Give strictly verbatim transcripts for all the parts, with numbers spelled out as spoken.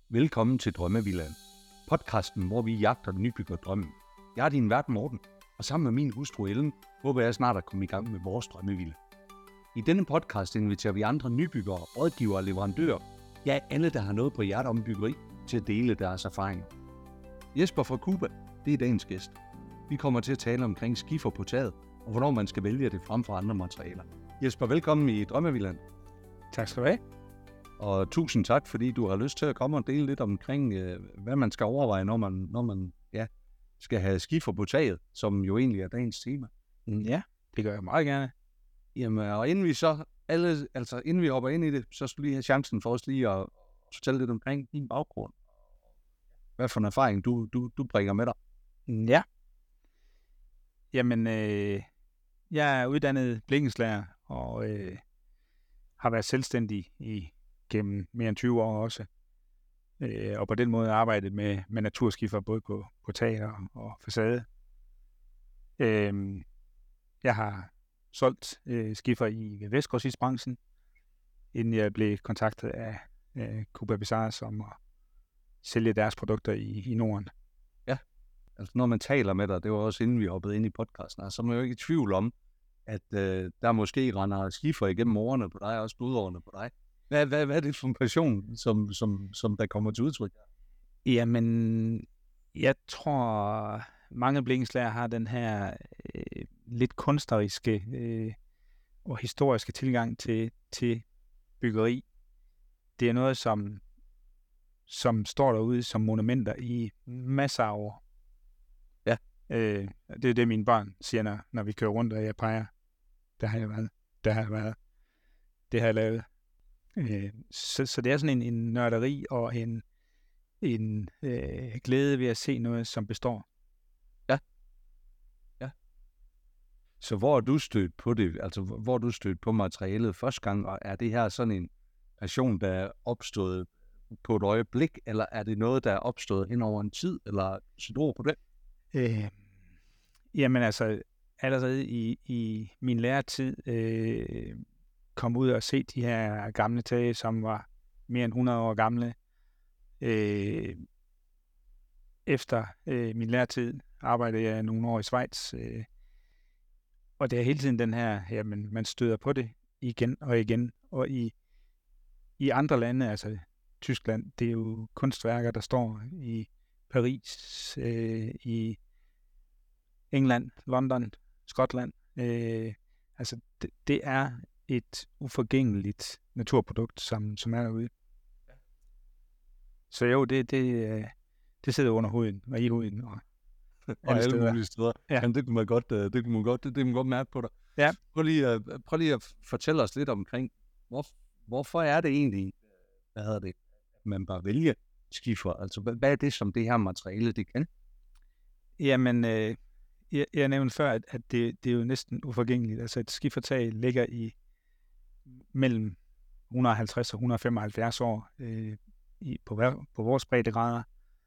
Velkommen til Drømmevillaen, podcasten, hvor vi jagter nybyggerdrømmen. Jeg er din vært Morten, og sammen med min hustru Ellen, håber jeg snart at komme i gang med vores drømmevilla. I denne podcast inviterer vi andre nybyggere, rådgivere og leverandører, ja alle, der har noget på hjertet om byggeri, til at dele deres erfaringer. Jesper fra Cuba, det er dagens gæst. Vi kommer til at tale omkring skifer på taget, og hvornår man skal vælge det frem for andre materialer. Jesper, velkommen i Drømmevillaen. Tak skal du have. Og tusind tak, fordi du har lyst til at komme og dele lidt omkring, øh, hvad man skal overveje, når man, når man ja, skal have skifer på taget, som jo egentlig er dagens tema. Ja, det gør jeg meget gerne. Jamen, og inden vi så, alle, altså inden vi hopper ind i det, så skal vi lige have chancen for os lige at fortælle lidt omkring din baggrund. Hvad for en erfaring du, du, du bringer med dig? Ja. Jamen, øh, jeg er uddannet blikkenslager og øh, har været selvstændig i gennem mere end tyve år også. Øh, og på den måde arbejdet med, med naturskifer, både på, på tag og, og facade. Øh, jeg har solgt øh, skifer i vestgrossistbranchen, inden jeg blev kontaktet af øh, Cuba Bizarre om at sælge deres produkter i, i Norden. Ja, altså når man taler med dig, det var også inden vi hoppede ind i podcasten, altså, så er man jo ikke i tvivl om, at øh, der måske render skifer igennem årene på dig, og også blodårene på dig. Hvad, hvad, hvad er det for en passion, som, som, som der kommer til udtryk? Jamen, jeg tror, mange blikkenslager har den her øh, lidt kunstneriske øh, og historiske tilgang til, til byggeri. Det er noget, som, som står derude som monumenter i masser af år. Ja. Øh, det er det, mine børn siger, når, når vi kører rundt, og jeg peger. Der har jeg været. Der har jeg været. Det har jeg lavet. Øh, så, så det er sådan en, en nørderi og en, en øh, glæde ved at se noget, som består. Ja. Ja. Så hvor er du stødt på det? Altså, hvor er du stødt på materialet første gang? Og er det her sådan en passion, der er opstået på et øjeblik, eller er det noget, der er opstået hen over en tid, eller sit ord på det? Øh, jamen altså, allerede i, i min læretid øh, kom ud og se de her gamle tage, som var mere end hundrede år gamle. Øh, efter øh, min læretid arbejdede jeg nogle år i Schweiz, øh, og det er hele tiden den her, jamen man støder på det igen og igen, og i, i andre lande, altså Tyskland, det er jo kunstværker, der står i Paris, øh, i England, London, Skotland. Øh, altså det, det er et uforgængeligt naturprodukt, som, som er derude. Så jo, det, det, det sidder under huden og i huden og alle steder. Mulige steder. Ja. Jamen, det kunne man godt, det kunne man godt, det, det kunne man godt mærke på dig. Ja. Prøv lige, prøv lige at fortælle os lidt omkring, hvor, hvorfor er det egentlig, hvad hedder det, at man bare vælger skifer? Altså, hvad, hvad er det, som det her materiale, det kan? Jamen, øh, jeg, jeg nævnte før, at, at det, det er jo næsten uforgængeligt. Altså, et skifertag ligger i mellem et hundrede og halvtreds og et hundrede og femoghalvfjerds år øh, i, på, på vores breddegrader.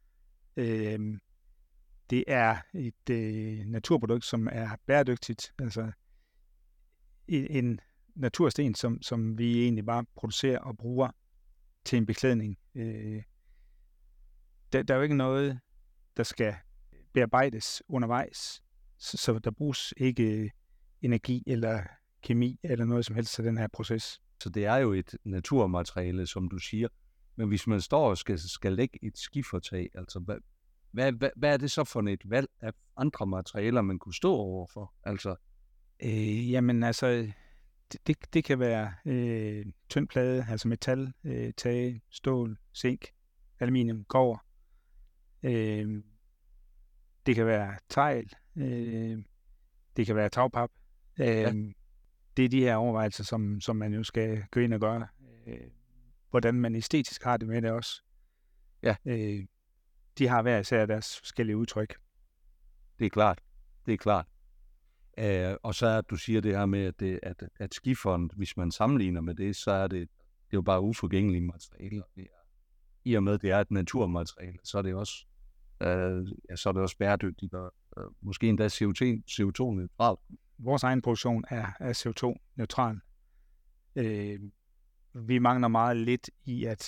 Øh, det er et øh, naturprodukt, som er bæredygtigt. Altså en, en natursten, som, som vi egentlig bare producerer og bruger til en beklædning. Øh, der, der er jo ikke noget, der skal bearbejdes undervejs, så, så der bruges ikke energi eller kemi eller noget som helst til den her proces. Så det er jo et naturmateriale, som du siger. Men hvis man står og skal, skal lægge et skifertag, altså hvad, hvad, hvad, hvad er det så for et valg af andre materialer, man kunne stå overfor? Altså, øh, jamen altså, det, det, det kan være øh, tynd plade, altså metal, øh, tage, stål, zink, aluminium, kobber. Øh, det kan være tegl, øh, det kan være tagpap. Øh, ja. Det er de her overvejelser, som, som man jo skal gå ind og gøre. Øh, hvordan man æstetisk har det med det også. Ja. Øh, de har hver især deres forskellige udtryk. Det er klart. Det er klart. Uh, og så er du siger det her med, at, det, at, at skiferen, hvis man sammenligner med det, så er det, det er jo bare uforgængelige materialer. Det er, I og med, det er et naturmateriale, så er det også, uh, ja, så er det også bæredygtigt og uh, måske endda C O to-neutralt. Vores egen produktion er, er C O to-neutral. Øh, vi mangler meget lidt i at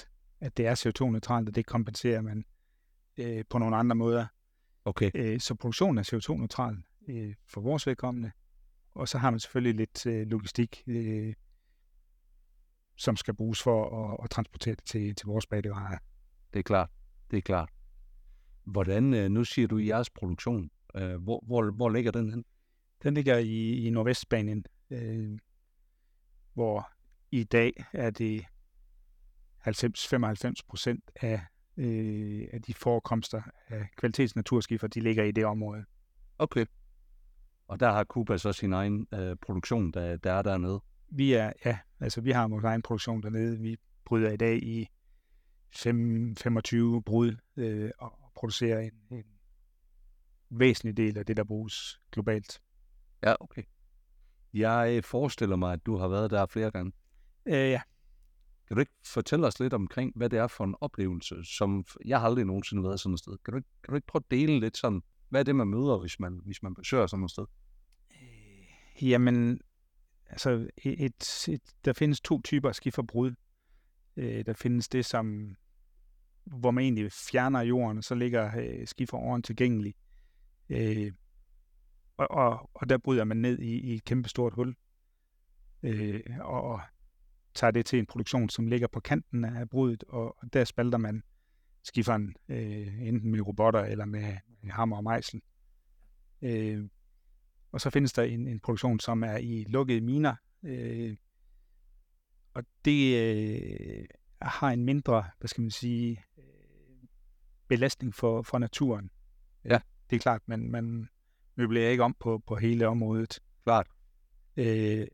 at det er C O to neutralt, og det kompenserer man øh, på nogle andre måder. Okay. Øh, så produktionen er C O to neutral øh, for vores vedkommende, og så har man selvfølgelig lidt øh, logistik, øh, som skal bruges for at, at transportere det til, til vores bagerier. Det er klart. Det er klart. Hvordan, øh, nu siger du i jeres produktion, øh, hvor, hvor, hvor ligger den hen? Den ligger i, i Nordvestspanien, øh, hvor i dag er det halvfems til femoghalvfems procent af, øh, af de forekomster af kvalitetsnaturskiffer, de ligger i det område. Okay. Og der har Cuba så sin egen øh, produktion, der, der er dernede? Vi er, ja, altså vi har vores egen produktion dernede. Vi bryder i dag i fem, femogtyve brud øh, og producerer en, en væsentlig del af det, der bruges globalt. Ja, okay. Jeg forestiller mig, at du har været der flere gange. Øh, ja. Kan du ikke fortælle os lidt omkring, hvad det er for en oplevelse, som jeg har aldrig nogensinde været sådan et sted. Kan du ikke, kan du ikke prøve at dele lidt sådan, hvad er det, man møder, hvis man, hvis man besøger sådan et sted? Øh, jamen, altså, et, et, et, der findes to typer af skiferbrud. Øh, der findes det, som, hvor man egentlig fjerner jorden, og så ligger øh, skiferåren tilgængelig. Øh, og, og, og der bryder man ned i, i et kæmpe stort hul, øh, og tager det til en produktion, som ligger på kanten af brudet, og, og der spalter man skiferen, øh, enten med robotter eller med, med hammer og mejsel. Øh, og så findes der en, en produktion, som er i lukkede miner, øh, og det øh, har en mindre, hvad skal man sige, øh, belastning for, for naturen. Ja. Det er klart, man, man møblerer ikke om på, på hele området. Klart. Øh,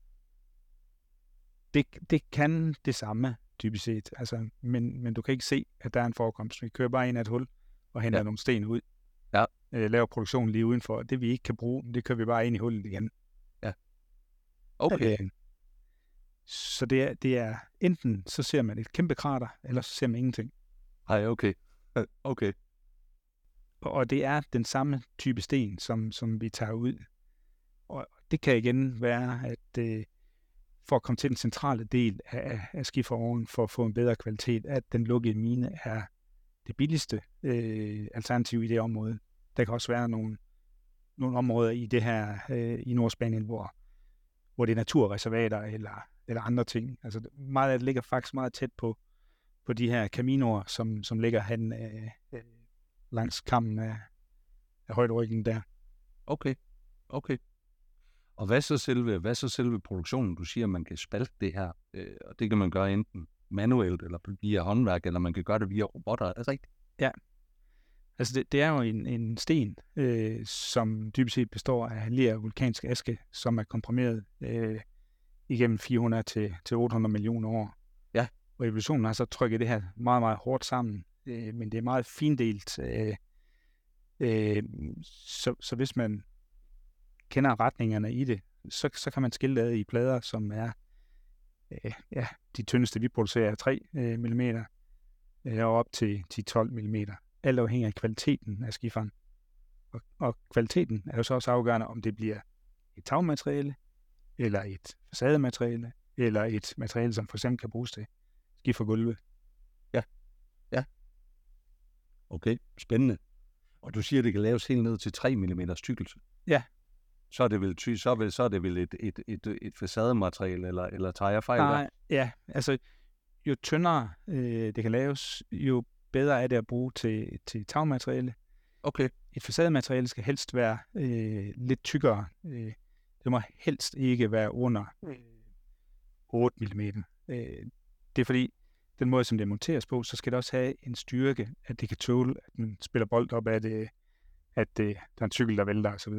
det, det kan det samme, typisk set, altså, men, men du kan ikke se, at der er en forekomst. Vi kører bare ind af et hul og henter ja. nogle sten ud. Ja. Øh, laver produktionen lige udenfor. Det vi ikke kan bruge, det kører vi bare ind i hullet igen. Ja. Okay. Øh, så det er, det er enten så ser man et kæmpe krater, eller så ser man ingenting. Ej, okay. Okay. Og, og det er den samme type sten, som, som vi tager ud. Og det kan igen være, at øh, for at komme til den centrale del af, af skiferovnen, for at få en bedre kvalitet, at den lukkede mine er det billigste øh, alternativ i det område. Der kan også være nogle, nogle områder i det her øh, i Nordspanien, hvor, hvor det er naturreservater eller, eller andre ting. Altså meget af det ligger faktisk meget tæt på, på de her caminoer, som, som ligger hen øh, øh, langs kammen af, af højderyggen der. Okay, okay. Og hvad så selve, hvad så selve produktionen? Du siger, at man kan spalte det her, øh, og det kan man gøre enten manuelt, eller via håndværk, eller man kan gøre det via robotter. Er det rigtigt? Ja. Altså det, det er jo en, en sten, øh, som dybest set består af ler og vulkansk aske, som er komprimeret øh, igennem fire hundrede til otte hundrede millioner år. Ja. Og evolutionen har så trykket det her meget, meget hårdt sammen, øh, men det er meget findelt. Øh, øh, så, så hvis man kender retningerne i det, så, så kan man skille det i plader, som er øh, ja, de tyndeste, vi producerer, tre øh, millimeter, øh, og op til ti til tolv millimeter. Alt afhængig af kvaliteten af skiferen. Og, og kvaliteten er jo så også afgørende, om det bliver et tagmateriale, eller et facademateriale, eller et materiale, som for eksempel kan bruges til skifergulve. Ja, ja. Okay, spændende. Og du siger, at det kan laves helt ned til tre millimeter tykkelse. Ja. Så er det vel, ty- så er vel, så er det vel et, et, et, et facademateriale, eller, eller tager jeg fejl? Nej, ja, altså jo tyndere øh, det kan laves, jo bedre er det at bruge til, til tagmateriale. Okay. Et facademateriale skal helst være øh, lidt tykkere. Øh, det må helst ikke være under øh, otte millimeter. Øh, det er fordi, den måde, som det monteres på, så skal det også have en styrke, at det kan tåle, at man spiller bold op af det, at det, der er en cykel, der vælter osv.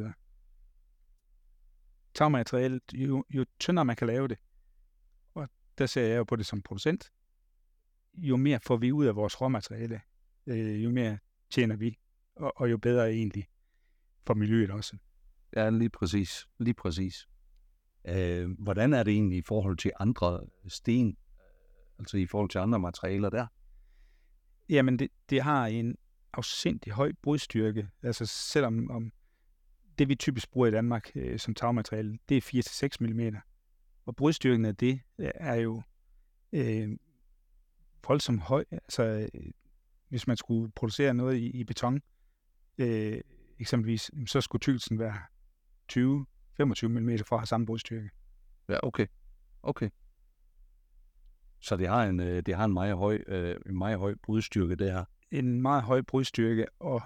Tagmaterialet, jo, jo tyndere man kan lave det, og der ser jeg jo på det som producent, jo mere får vi ud af vores råmateriale, øh, jo mere tjener vi, og, og jo bedre egentlig for miljøet også. Ja, lige præcis. Lige præcis. Øh, hvordan er det egentlig i forhold til andre sten, altså i forhold til andre materialer der? Jamen, det, det har en afsindig høj brudstyrke, altså selvom om det, vi typisk bruger i Danmark øh, som tagmateriale, det er fire til seks millimeter. Og brudstyrken af det er jo øh, voldsomt høj. Altså, øh, hvis man skulle producere noget i, i beton, øh, eksempelvis, så skulle tykkelsen være tyve til femogtyve millimeter for at have samme brudstyrke. Ja, okay. Okay. Så det har en, øh, det har en meget høj, øh, en meget høj brudstyrke, det her. En meget høj brudstyrke, og,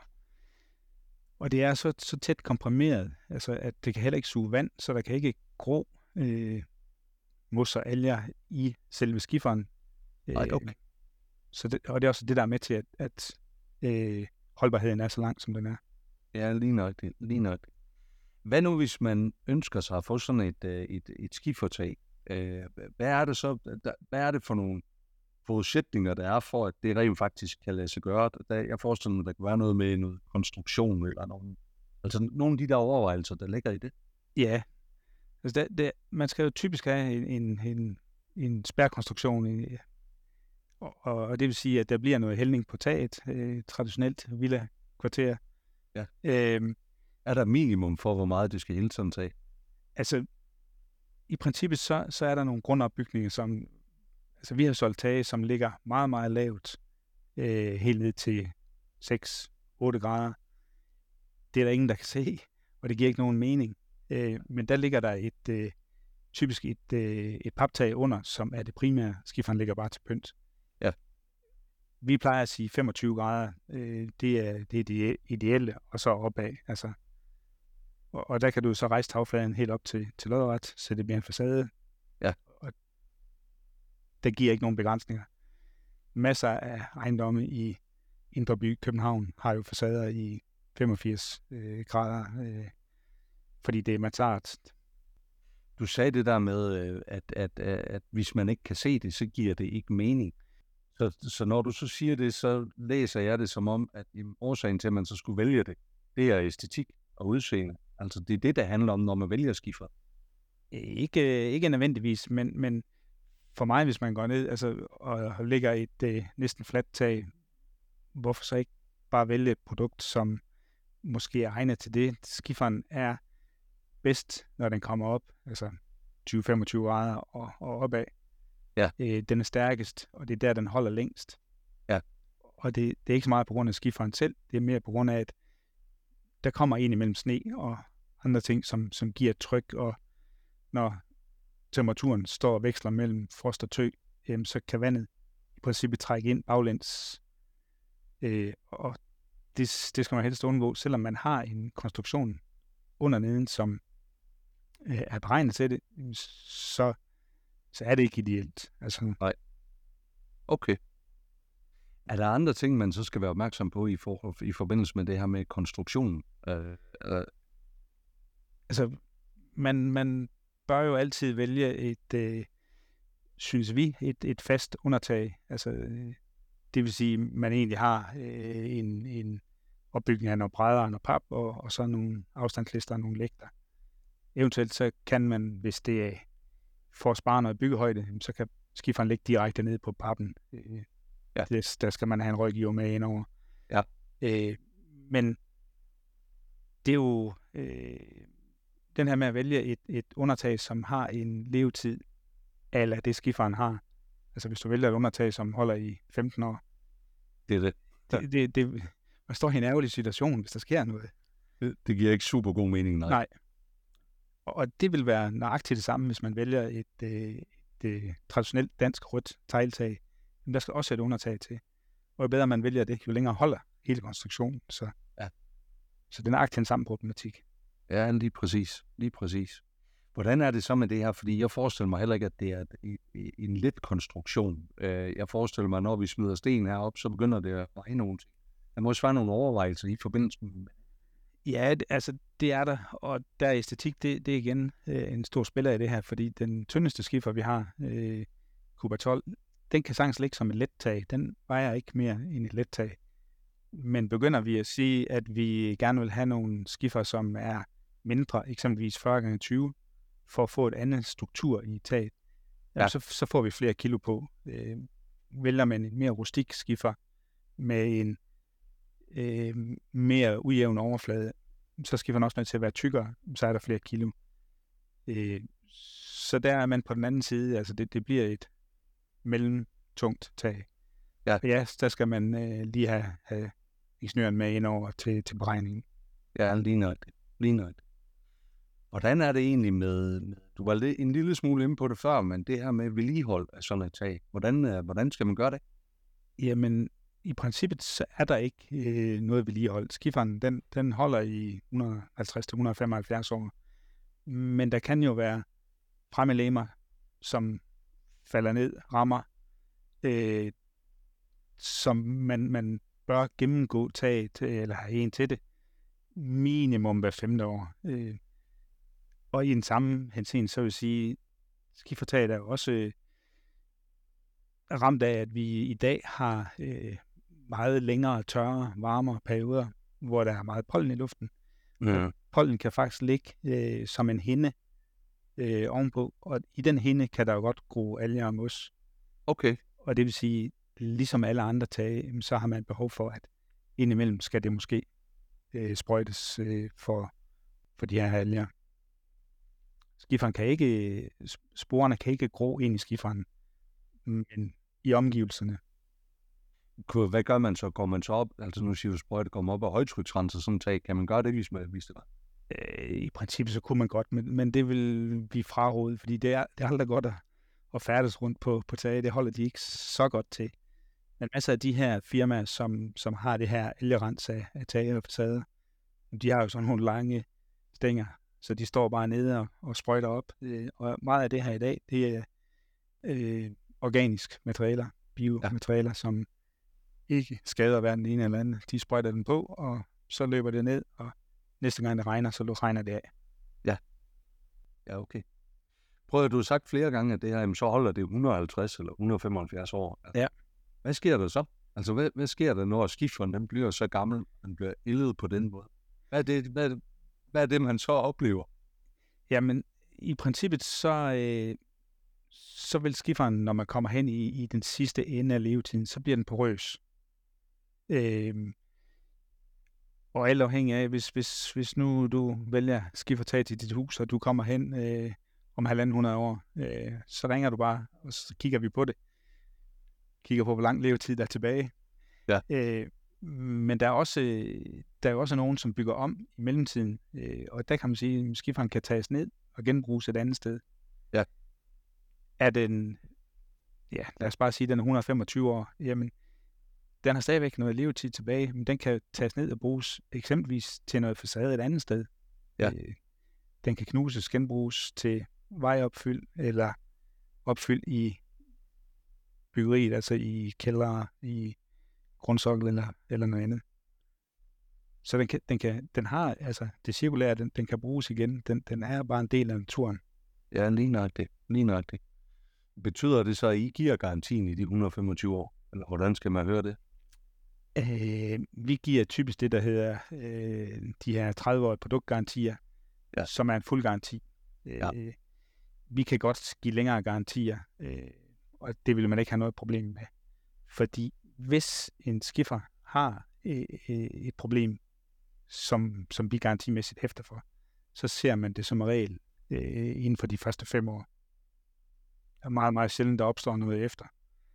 og det er så, så tæt komprimeret, altså at det kan heller ikke suge vand, så der kan ikke gro øh, mos og alger i selve skifferen. Nej, okay. Så det, og det er også det, der er med til, at, at øh, holdbarheden er så lang, som den er. Ja, lige nøjagtigt. Lige nøjagtigt. Hvad nu, hvis man ønsker sig at få sådan et, et, et skifertag? Hvad er det så? Hvad er det for nogle forudsætninger, der er for, at det rent faktisk kan lade sig gøre? Jeg forestiller mig, at der kan være noget med noget konstruktion eller noget. Altså nogle af de der overvejelser, der ligger i det. Ja. Altså det, det, man skal jo typisk have en, en, en, en spærrekonstruktion, en, og, og det vil sige, at der bliver noget hældning på taget, øh, traditionelt villa-kvarter. Ja. Øhm, er der minimum for, hvor meget det skal hælde sådan tag? Altså, i princippet så, så er der nogle grundopbygninger, som, altså vi har solgt tage, som ligger meget, meget lavt, øh, helt ned til seks til otte grader. Det er der ingen, der kan se, og det giver ikke nogen mening. Øh, men der ligger der et, øh, typisk et, øh, et paptag under, som er det primære. Skifferen ligger bare til pynt. Ja. Vi plejer at sige femogtyve grader, øh, det er det er det ideelle, og så opad. Altså, og, og der kan du så rejse tagfladen helt op til, til lodret, så det bliver en facade. Ja. Og der giver ikke nogen begrænsninger. Masser af ejendomme i Indre By, København, har jo facader i femogfirs øh, grader, øh, fordi det er mansart. Du sagde det der med, at, at, at, at hvis man ikke kan se det, så giver det ikke mening. Så, så når du så siger det, så læser jeg det som om, at årsagen til, at man så skulle vælge det, det er æstetik og udseende. Altså det er det, der handler om, når man vælger skiffer. Ikke, ikke nødvendigvis, men, men for mig, hvis man går ned altså, og lægger et øh, næsten fladt tag, hvorfor så ikke bare vælge et produkt, som måske er egnet til det? Skifferen er bedst, når den kommer op, altså tyve til femogtyve grader og, og opad. Ja. Øh, den er stærkest, og det er der, den holder længst. Ja. Og det, det er ikke så meget på grund af skifferen selv, det er mere på grund af, at der kommer ind imellem sne og andre ting, som, som giver tryk, og når temperaturen står og veksler mellem frost og tø, jamen, så kan vandet i princippet trække ind baglæns. Øh, og det, det skal man helst undgå, selvom man har en konstruktion under neden, som øh, er beregnet til det, så, så er det ikke ideelt. Altså, Nej. Okay. Er der andre ting, man så skal være opmærksom på i, for, i forbindelse med det her med konstruktionen? Øh, øh. Altså, man, man bør jo altid vælge et, øh, synes vi, et, et fast undertag. Altså, øh, det vil sige, at man egentlig har øh, en, en opbygning af nogle brædder og noget pap, og, og så nogle afstandslister og nogle lægter. Eventuelt så kan man, hvis det er for at spare noget byggehøjde, så kan skifferen ligge direkte ned på pappen. Øh, ja. det, der skal man have en rådgiver med indover. Ja. Øh, men det er jo øh, den her med at vælge et, et undertag, som har en levetid, eller det skifferen har. Altså hvis du vælger et undertag, som holder i femten år. Det er det. Ja. det, det, det man står i en ærgerlig situation, hvis der sker noget. Det, det giver ikke super god mening, nej. Nej. Og, og det vil være nøjagtigt det samme, hvis man vælger et, et, et traditionelt dansk rødt tegltag. Men der skal også et undertag til. Og jo bedre man vælger det, jo længere holder hele konstruktionen. Så, ja. så det er nøjagtigt den samme problematik. Ja, lige præcis. Lige præcis. Hvordan er det så med det her? Fordi jeg forestiller mig heller ikke, at det er en let konstruktion. Jeg forestiller mig, at når vi smider sten herop, så begynder det at veje nogle ting. Der må også være nogle overvejelser i forbindelse med. Ja, altså det er der, og der er æstetik, det, det er igen øh, en stor spiller i det her, fordi den tyndeste skiffer, vi har, øh, Cooper tolv, den kan sagtens ligge som et let-tag. Den vejer ikke mere end et let-tag. Men begynder vi at sige, at vi gerne vil have nogle skiffer, som er mindre, eksempelvis fyrre gange tyve, for at få et andet struktur i taget, ja. så, så får vi flere kilo på. Øh, vælger man en mere rustik skiffer med en øh, mere ujævn overflade, så skifferen også nødt til at være tykkere, så er der flere kilo. Øh, så der er man på den anden side, altså det, det bliver et mellemtungt tag. Ja. Ja, der skal man øh, lige have, have ingeniøren med ind over til, til beregningen. Ja, lige nøjagtigt. Lige nøjagtigt. Hvordan er det egentlig med, med du var lidt, en lille smule inde på det før, men det her med vedligehold af sådan et tag, hvordan, øh, hvordan skal man gøre det? Jamen, i princippet så er der ikke øh, noget vedligehold. Skifferen, den, den holder i et hundrede og halvtreds til et hundrede og femoghalvfjerds år. Men der kan jo være fremmedlegemer, som falder ned, rammer, øh, som man, man bør gennemgå taget, eller have en til det, minimum hver femte år. Øh, og i den samme henseende, så vil jeg sige, skifertaget er jo også øh, ramt af, at vi i dag har øh, meget længere, tørre, varmere perioder, hvor der er meget pollen i luften. Ja. Pollen kan faktisk ligge øh, som en hinde øh, ovenpå, og i den hinde kan der jo godt gro alger og mos. Okay. Og det vil sige, ligesom alle andre tage, så har man behov for, at indimellem skal det måske øh, sprøjtes øh, for, for de her alger. Skifferen kan ikke, sporene kan ikke gro ind i skifferen, men i omgivelserne. Hvad gør man så? Går man så op, altså nu siger du sprøjte, kommer op af højtryksrenser sådan tag, kan man gøre det, hvis, man, hvis det var? Øh, I princippet så kunne man godt, men, men det vil vi fraråde, fordi det er, det er aldrig godt at, at færdes rundt på, på taget. Det holder de ikke så godt til. Men masser af de her firmaer, som, som har det her algerens af, af tage og facader, de har jo sådan nogle lange stænger, så de står bare nede og, og sprøjter op. Øh, og meget af det her i dag, det er øh, organisk materialer, biomaterialer, ja. Som ikke skader hverken den ene eller anden. De sprøjter den på, og så løber det ned, og næste gang det regner, så regner det af. Ja. Ja, okay. Prøv at du har sagt flere gange, at det her, så holder det et hundrede og halvtreds eller et hundrede og femoghalvfjerds år. Altså, ja. Hvad sker der så? Altså, hvad, hvad sker der, når skifferen den bliver så gammel, den bliver ildet på den måde? Hvad er det, hvad er det, hvad er det man så oplever? Jamen, i princippet, så, øh, så vil skifferen, når man kommer hen i, i den sidste ende af levetiden, så bliver den porøs. Øh, og alt afhængig af, hvis, hvis, hvis nu du vælger skiffertag til dit hus, og du kommer hen øh, om halvanden hundrede år, øh, så ringer du bare, og så kigger vi på det. Kigger på, hvor lang levetid der er tilbage. Ja. Øh, men der er også der er jo også nogen, som bygger om i mellemtiden, øh, og der kan man sige, at skifferen kan tages ned og genbruges et andet sted. Ja. Er den, ja, lad os bare sige, den er et hundrede og femogtyve år, jamen, den har stadigvæk noget levetid tilbage, men den kan tages ned og bruges eksempelvis til noget facade et andet sted. Ja. Øh, den kan knuses, genbruges til vejopfyld, eller opfyld i byggeriet, altså i kældre, i grundsokkel eller, eller noget andet. Så den, kan, den, kan, den har, altså det cirkulære, den, den kan bruges igen. Den, den er bare en del af naturen. Ja, lige nøjagtigt. Lige nøjagtigt. Betyder det så, at I giver garantien i de et hundrede og femogtyve år? Eller hvordan skal man høre det? Øh, vi giver typisk det, der hedder øh, de her tredive-årige produktgarantier, ja. Som er en fuld garanti. Ja. Øh, vi kan godt give længere garantier, øh, og det vil man ikke have noget problem med. Fordi hvis en skiffer har øh, et problem, som, som vi garantimæssigt hæfter for, så ser man det som regel øh, inden for de første fem år. Det er meget, meget sjældent, der opstår noget efter.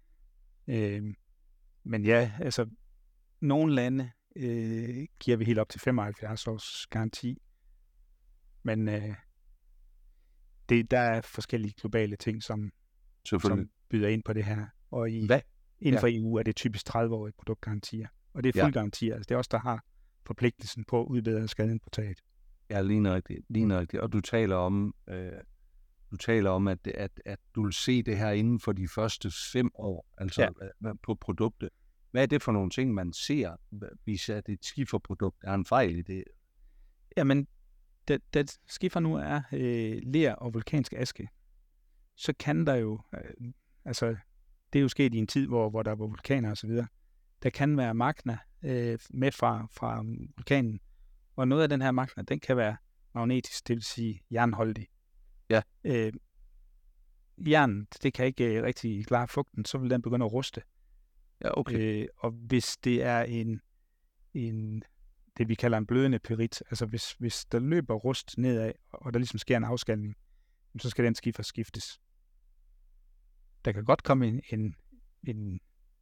Øh, men ja, altså, nogle lande øh, giver vi helt op til femoghalvfjerds års garanti, men øh, det, der er forskellige globale ting, som, som byder ind på det her. Og i, Hvad? inden for ja. E U er det typisk tredive-årige produktgarantier. Og det er fuld ja. garantier. Altså det er også der har forpligtelsen på at udbedre skaden på taget. Ja, lige nøjagtigt. Lige nøjagtigt. Og du taler om, øh, du taler om at, at, at du vil se det her inden for de første fem år, altså ja. på produktet. Hvad er det for nogle ting, man ser, hvis at et skifferprodukt er en fejl i det? Jamen, da, da skiffer nu er øh, ler og vulkansk aske, så kan der jo, øh, altså det er jo sket i en tid, hvor, hvor der var vulkaner og så videre, der kan være magna øh, med fra, fra vulkanen, og noget af den her magna, den kan være magnetisk, det vil sige jernholdig. Ja. Øh, jern, det kan ikke øh, rigtig klare fugten, så vil den begynde at ruste. Ja, okay. Øh, og hvis det er en, en, det vi kalder en blødende pyrit, altså hvis, hvis der løber rust nedad, og der ligesom sker en afskalning, så skal den skiffer skiftes. Der kan godt komme en, en, en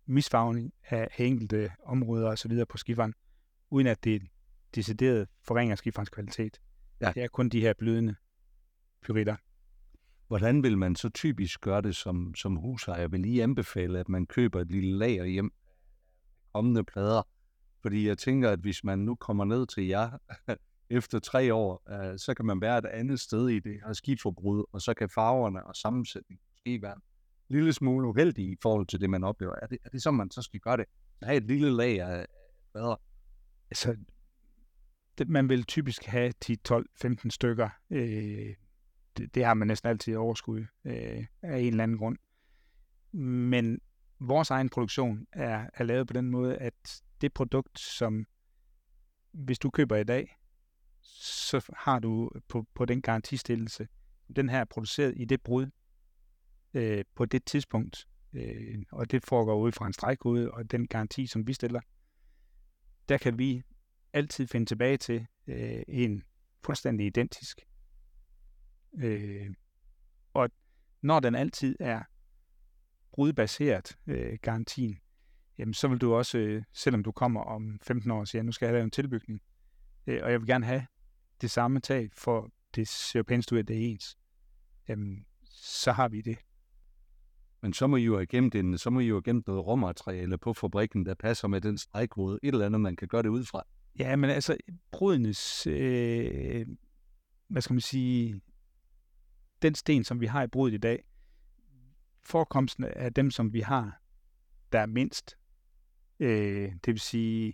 misfarvning af enkelte områder og så videre på skifferen, uden at det decideret forringer skifferens kvalitet. Ja. Det er kun de her blødende pyritter. Hvordan vil man så typisk gøre det som, som husejer? Jeg vil lige anbefale, at man køber et lille lager hjem kommende plader. Fordi jeg tænker, at hvis man nu kommer ned til jer efter tre år, øh, så kan man være et andet sted i det her skiforbrud, og så kan farverne og sammensætningen måske være en lille smule uheldige i forhold til det, man oplever. Er det, er det sådan, man så skal gøre det? Have et lille lager af plader? Altså, det, man vil typisk have ti, tolv, femten stykker. Øh, det, det har man næsten altid overskud øh, af en eller anden grund. Men vores egen produktion er, er lavet på den måde, at det produkt, som hvis du køber i dag, så har du på, på den garantistillelse, den her er produceret i det brud øh, på det tidspunkt, øh, og det foregår ud fra en stregkode, og den garanti, som vi stiller, der kan vi altid finde tilbage til øh, en fuldstændig identisk. Øh, og når den altid er brudbaseret, øh, garantien, jamen så vil du også, øh, selvom du kommer om femten år og siger, nu skal jeg lave en tilbygning, øh, og jeg vil gerne have det samme tag, for det ser pænest ud, at det er ens, jamen så har vi det. Men så må I jo have gemt, en, så må I jo have gemt noget råmateriale på fabrikken, der passer med den stregkode, et eller andet, man kan gøre det ud fra. Ja, men altså, brudenes, øh, hvad skal man sige, den sten, som vi har i brudet i dag, forekomsten af dem, som vi har, der er mindst, øh, det vil sige,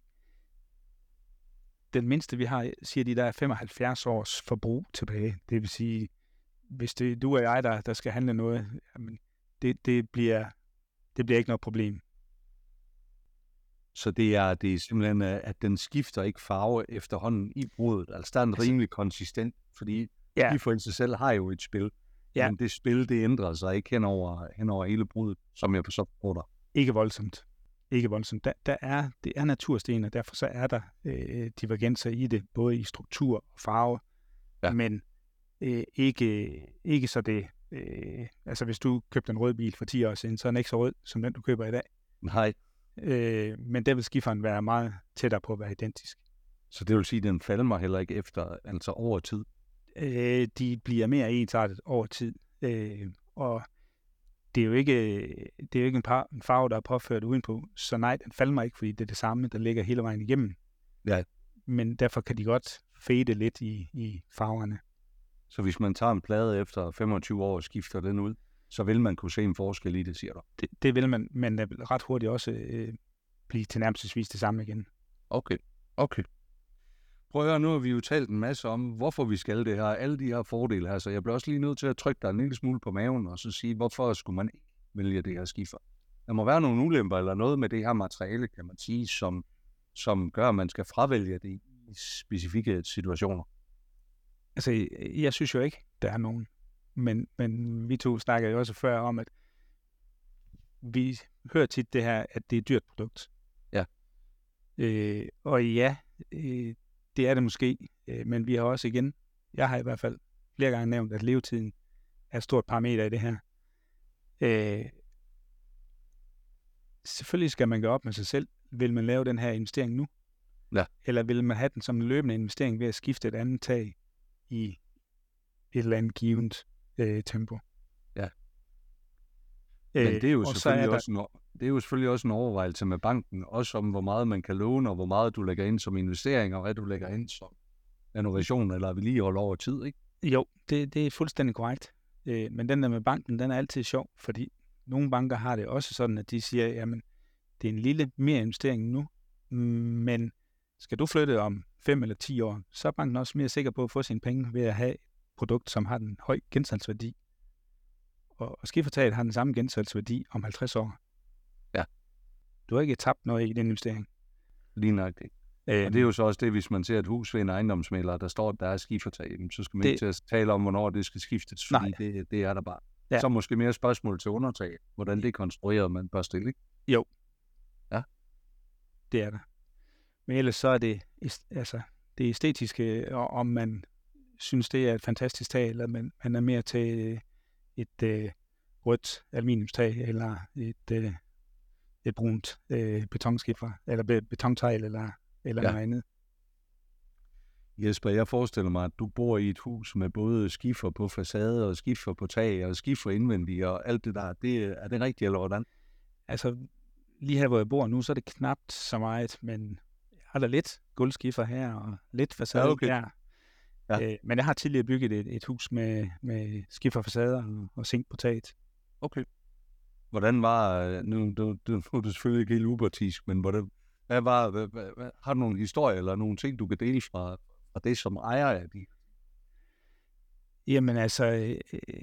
den mindste, vi har, siger de, der er femoghalvfjerds års forbrug tilbage. Det vil sige, hvis det er du og jeg, der, der skal handle noget, jamen, det, det, bliver, det bliver ikke noget problem. Så det er, det er simpelthen, at den skifter ikke farve efterhånden i brudet. Altså der er en rimelig konsistent, fordi ja. de for i sig selv har jo et spil. Ja. Men det spil, det ændrer sig ikke hen over, hen over hele brudet, som jeg så på dig. Ikke voldsomt. Ikke voldsomt. Der, der er, det er natursten, og derfor så er der øh, divergenser i det, både i struktur og farve, ja. men øh, ikke, ikke så det, øh, altså hvis du købte en rød bil for ti år siden, så er den ikke så rød, som den du køber i dag. Nej. Øh, men der vil skifferen være meget tættere på at være identisk. Så det vil sige, at den falmer heller ikke efter, altså over tid? Øh, de bliver mere ensartet over tid, øh, og det er jo ikke, det er jo ikke en, par, en farve, der er påført udenpå, så nej, den falmer ikke, fordi det er det samme, der ligger hele vejen igennem. Ja. Men derfor kan de godt fade lidt i, i farverne. Så hvis man tager en plade efter femogtyve år og skifter den ud, så vil man kunne se en forskel i det, siger du? Det, det vil man, men det vil ret hurtigt også øh, blive tilnærmelsesvis det samme igen. Okay, okay. Prøv at høre, nu har vi jo talt en masse om, hvorfor vi skal det her, alle de her fordele her, så jeg bliver også lige nødt til at trykke dig en lille smule på maven, og så sige, hvorfor skulle man ikke vælge det her skiffer? Der må være nogle ulemper, eller noget med det her materiale, kan man sige, som, som gør, at man skal fravælge det i specifikke situationer. Altså, jeg synes jo ikke, der er nogen. Men, men vi to snakker jo også før om, at vi hører tit det her, at det er et dyrt produkt. Ja. Øh, og ja, øh, det er det måske, øh, men vi har også igen, jeg har i hvert fald flere gange nævnt, at levetiden er et stort parameter i det her. Øh, selvfølgelig skal man gå op med sig selv. Vil man lave den her investering nu? Ja. Eller vil man have den som en løbende investering ved at skifte et andet tag i et eller andet givet øh, tempo? Ja. Men det er jo, øh, selvfølgelig er der... også en, det er jo selvfølgelig også en overvejelse med banken, også om hvor meget man kan låne, og hvor meget du lægger ind som investering, og hvad du lægger ind som innovation eller vedligehold over tid, ikke? Jo, det, det er fuldstændig korrekt. Øh, men den der med banken, den er altid sjov, fordi nogle banker har det også sådan, at de siger, jamen, det er en lille mere investering nu, men skal du flytte om fem eller ti år, så er banken også mere sikker på at få sine penge ved at have et produkt, som har den høj gensalgsværdi. Og, og skiffertaget har den samme gensalgsværdi om halvtreds år. Ja. Du har ikke tabt noget i den investering. Lige nok det. Øhm, og det er jo så også det, hvis man ser et hus ved en ejendomsmægler, der står, at der er skiffertag, så skal man det... ikke til at tale om, hvornår det skal skiftes, fordi det, det er der bare. Ja. Så måske mere spørgsmål til undertag, hvordan det er konstrueret, man bør stille, ikke? Jo. Ja. Det er der. Men ellers så er det, altså, det æstetiske, om man synes, det er et fantastisk tag, eller man, man er mere til et øh, rødt aluminiumstag, eller et, øh, et brunt øh, betonskiffer, eller be, betontegl, eller, eller ja. noget andet. Jesper, jeg forestiller mig, at du bor i et hus med både skiffer på facade og skiffer på tag og skiffer indvendigt og alt det der. Det, er det rigtigt, eller hvordan? Altså, lige her, hvor jeg bor nu, så er det knapt så meget, men jeg har da lidt gulvskiffer her og lidt facade ja, okay. her. Ja. Øh, men jeg har tidligere bygget et, et hus med, med skifferfacader og, og zink på taget. Okay. Hvordan var, nu, nu, nu er det selvfølgelig ikke helt upartisk, men hvordan, hvad var, hvad, hvad, hvad, har du nogle historier eller nogle ting, du kan dele fra, fra det, som ejer af de? Jamen altså, øh,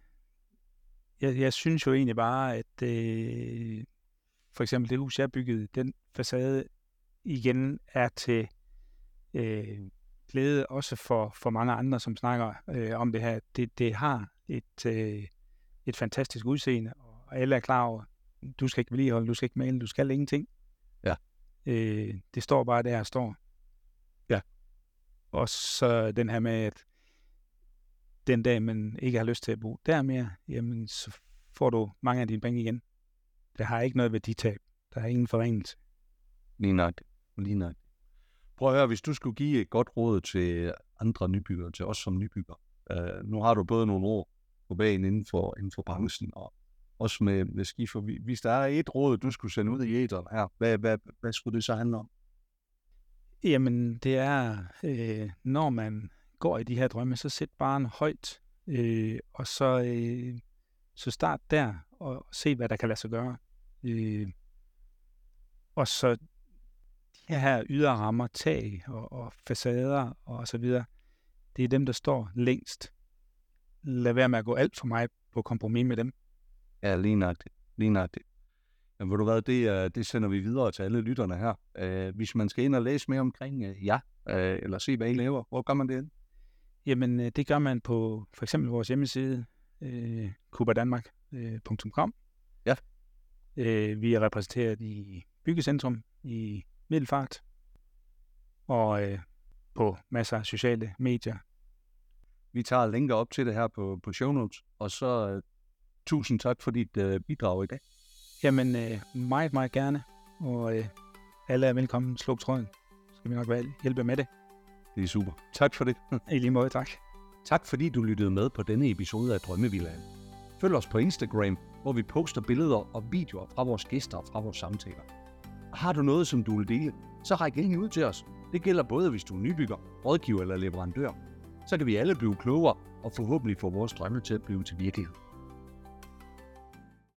jeg, jeg synes jo egentlig bare, at øh, for eksempel det hus, jeg byggede, den facade igen er til øh, glæde også for, for mange andre, som snakker øh, om det her. Det, det har et, øh, et fantastisk udseende, og alle er klar over, du skal ikke vedligeholde, du skal ikke male, du skal ingenting. Ja. Øh, det står bare der, står. Ja. Og så den her med, at den dag, man ikke har lyst til at bo der mere, jamen så får du mange af dine penge igen. Det har ikke noget værditab. Der er ingen forringelse. Lige nok. Lige nok. Prøv at høre, hvis du skulle give et godt råd til andre nybyggere, til os som nybygger. Uh, nu har du både nogle år på banen inden for, inden for branchen, og også med, med skiffer. Hvis der er et råd, du skulle sende ud i æteren her, hvad, hvad, hvad skulle det så handle om? Jamen, det er, øh, når man går i de her drømme, så sæt barren højt, øh, og så, øh, så start der, og se, hvad der kan lade sig gøre. Øh, og så de her ydre rammer, tag og, og facader og så videre, det er dem, der står længst. Lad være med at gå alt for meget på kompromis med dem. Ja, lige nøjagtigt. Lige nøjagtigt. Men ved du hvad, det, det sender vi videre til alle lytterne her. Uh, hvis man skal ind og læse mere omkring uh, ja, uh, eller se, hvad I laver, hvor gør man det ind? Jamen, det gør man på for eksempel vores hjemmeside, uh, kubadanmark punktum com. Ja. Uh, vi er repræsenteret i Byggecentrum i Middelfart, og uh, på masser af sociale medier. Vi tager linker op til det her på, på show notes, og så uh, tusind tak for dit uh, bidrag i dag. Jamen, uh, meget, meget gerne, og uh, alle er velkommen. Sluk tråden. Skal vi nok være hjælpe med det. Det er super. Tak for det. I lige måde, tak. Tak fordi du lyttede med på denne episode af Drømmevillaen. Følg os på Instagram, hvor vi poster billeder og videoer fra vores gæster og fra vores samtaler. Har du noget, som du vil dele, så ræk endelig ud til os. Det gælder både, hvis du er nybygger, rådgiver eller leverandør. Så kan vi alle blive klogere og forhåbentlig få vores drømme til at blive til virkelighed.